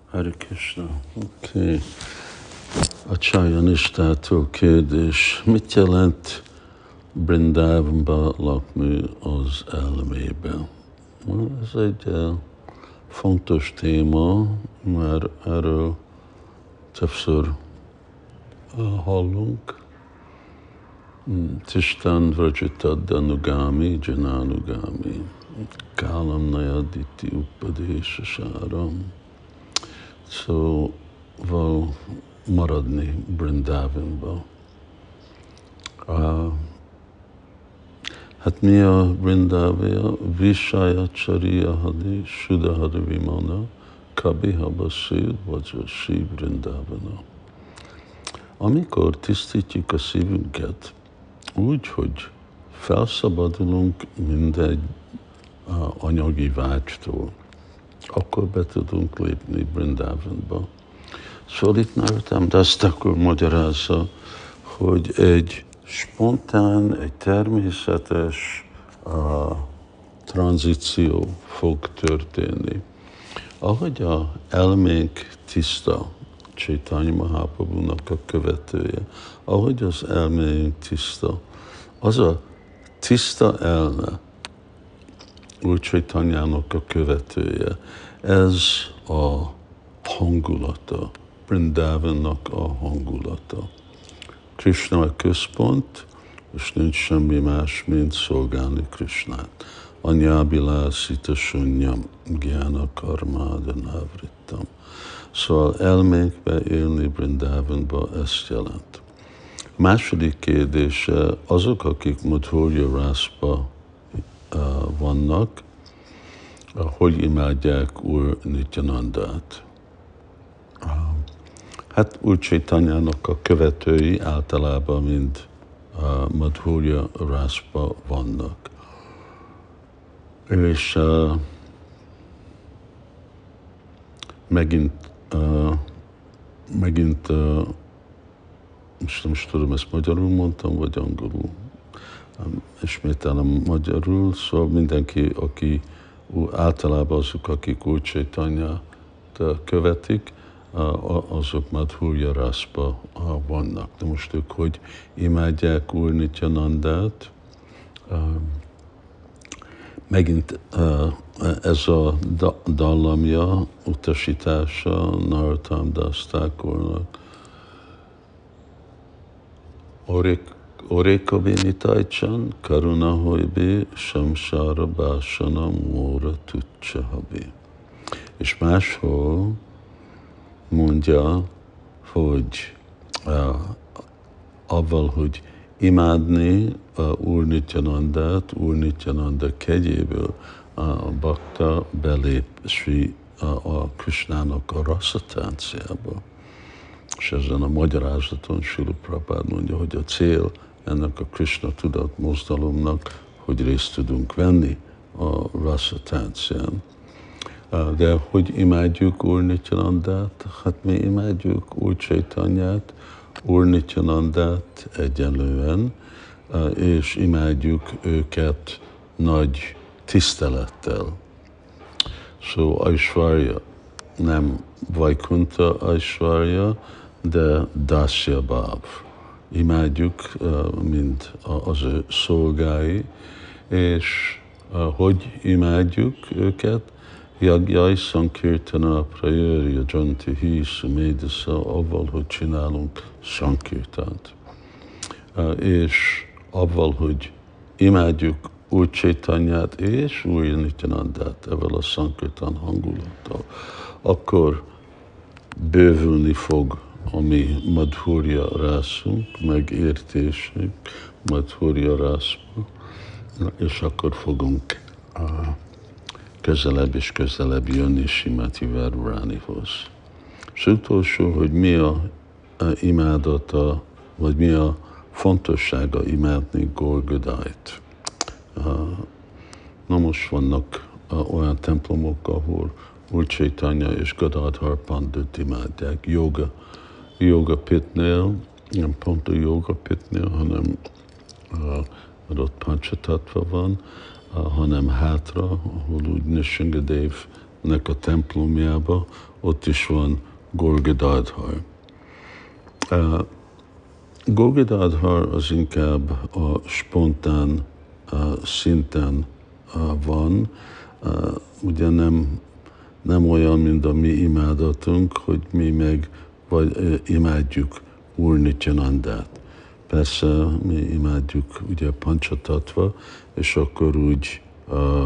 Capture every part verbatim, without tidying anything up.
Hare Krishna. Oké. Okay. A Csajanistától kérdés. Mit jelent Brindavanba lakni az elmébe? Ez egy uh, fontos téma, mert erről többször uh, hallunk. Tistan Vrajitaddanugami, Jananugami, Kálam Nayaditi Upadésasáram. Szóval maradni Brindavanba. Uh, hát mi a Brindavaya? Vishaya Chariya Hadi Sudahari Vimana Kabiha Basid Vajasi Brindavana. Amikor tisztítjuk a szívünket úgy, hogy felszabadulunk mindegy uh, anyagi vágytól, akkor be tudunk lépni Brindavanba. Szóval itt Narottam Das Thakur magyarázza, hogy egy spontán, egy természetes uh, tranzíció fog történni. Ahogy a elménk tiszta, Chaitanya Mahaprabhunak a követője, ahogy az elménk tiszta, az a tiszta elme, Úr Chaitanyának a követője, ez a hangulata, Brindavannak a hangulata. Krishna a központ, és nincs semmi más, mint szolgálni Krishnát. Anyábilásita sunyam, gyána karmádanávrittam. Szóval elménkbe élni Brindavanba ezt jelent. A második kérdése, azok, akik Madhurya Rásba uh, vannak, uh, hogy imádják Úr Nityanandát. Uh, hát Úr Chaitanyának a követői általában mind uh, Madhurya Rásba vannak. És uh, megint, uh, megint uh, most nem is tudom, ezt magyarul mondtam, vagy angolul. Um, ismételem magyarul, szóval mindenki, aki általában azok, akik Úr Chaitanyát követik, azok Madhurya Rásba vannak. De most ők hogy imádják Úr Nityanandát? Megint ez a dallamja, utasítása Narottam Das Thakurnak. Oreka Vinitajcsan, Karuna Hojbi, Samsara Básana, Móra Tucsahabi. És máshol mondja, hogy uh, avval, hogy imádni uh, Úr Nityanandát, Úr Nityananda kegyéből uh, a bakta belép Sri uh, a Krishnának a rasszatánciába. És ezen a magyarázaton Srila Prabhupád mondja, hogy a cél ennek a Krishna tudat mozdalomnak, hogy részt tudunk venni a rasszatáncián. De hogy imádjuk Úr Nityanandát? Hát mi imádjuk Úr Chaitanyát, Úr Nityanandát egyenlően, és imádjuk őket nagy tisztelettel. Szóval Aishwarya nem Vaikunta Aishwarya, de Dasya Bhav. Imádjuk, mint az ő szolgái, és hogy imádjuk őket? Yagyai Sankirtana Prayerya Janti Hi Sumedasa, avval, hogy csinálunk Sankirtant. És avval, hogy imádjuk Úr Chaitanyát és Úr Nityanandát ezzel a Sankirtan hangulattal, akkor bővülni fog a mi Madhurya Rászunk, megértésünk Madhurya Rászba, és akkor fogunk uh, közelebb és közelebb jönni Srimati Radharanihoz. És utolsó, hogy mi a, a imádata, vagy mi a fontossága imádni Gorgadájt. Uh, na most vannak uh, olyan templomok, ahol Úr Chaitanya és Gadadhar Pandit imádják. Yoga, yoga pitnél, nem pont a yoga pitnél, hanem uh, ott Panchatattva van, uh, hanem hátra, ahol úgy Nisringadev a templomjába, ott is van Gorgadadhar. Uh, Gorgadadhar az inkább a spontán uh, szinten uh, van, uh, ugye nem, nem olyan, mint a mi imádatunk, hogy mi meg vagy uh, imádjuk Úr Nityanandát. Persze mi imádjuk ugye Panchatatva, és akkor úgy uh,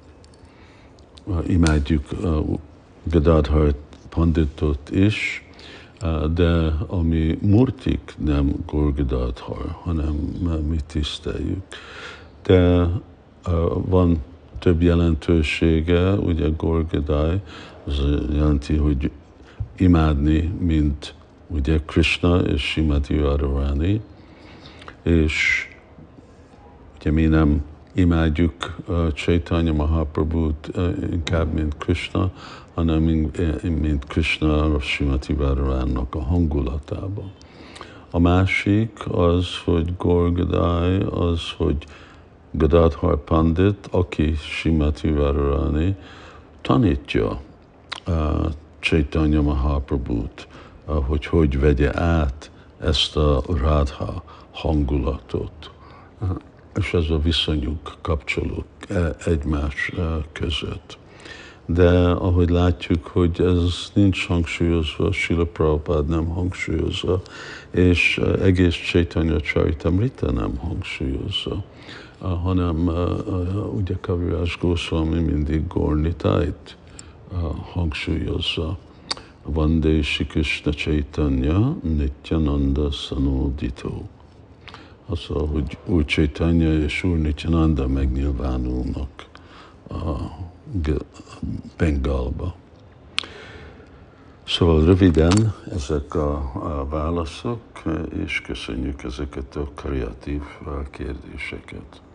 uh, imádjuk uh, Gadadhar Panditot is, uh, de a mi murtik nem Gorgadadhar, hanem mi tiszteljük. De uh, van több jelentősége, ugye Gorgadai, az jelenti, hogy imádni, mint ugye Krishna és Srimati Radharani, és ugye mi nem imádjuk uh, Chaitanya Mahaprabhut uh, inkább, mint Krishna, hanem mint, mint Krishna Srimati Radharaninak a hangulatában. A másik az, hogy Gorgadai, az, hogy Gadadhar Pandit, aki Srimati Radharani, tanítja uh, Chaitanya Mahaprabhut, uh, hogy hogy vegye át ezt a Radha hangulatot. Uh, és ez a viszonyuk, kapcsolók egymás uh, között. De ahogy látjuk, hogy ez nincs hangsúlyozva, Srila Prabhupád nem hangsúlyozza, és uh, egész Chaitanya Charitamrita nem hangsúlyozza, uh, hanem uh, uh, ugye Kaviraj Goswami mindig Gaur Nitájt uh, hangsúlyozza. Vande Shri Krishna Chaitanya Nityananda Sanodito. Az, hogy Úr Chaitanya és Úr Nityananda megnyilvánulnak a Bengalba. Szóval röviden ezek a, a válaszok, és köszönjük ezeket a kreatív kérdéseket.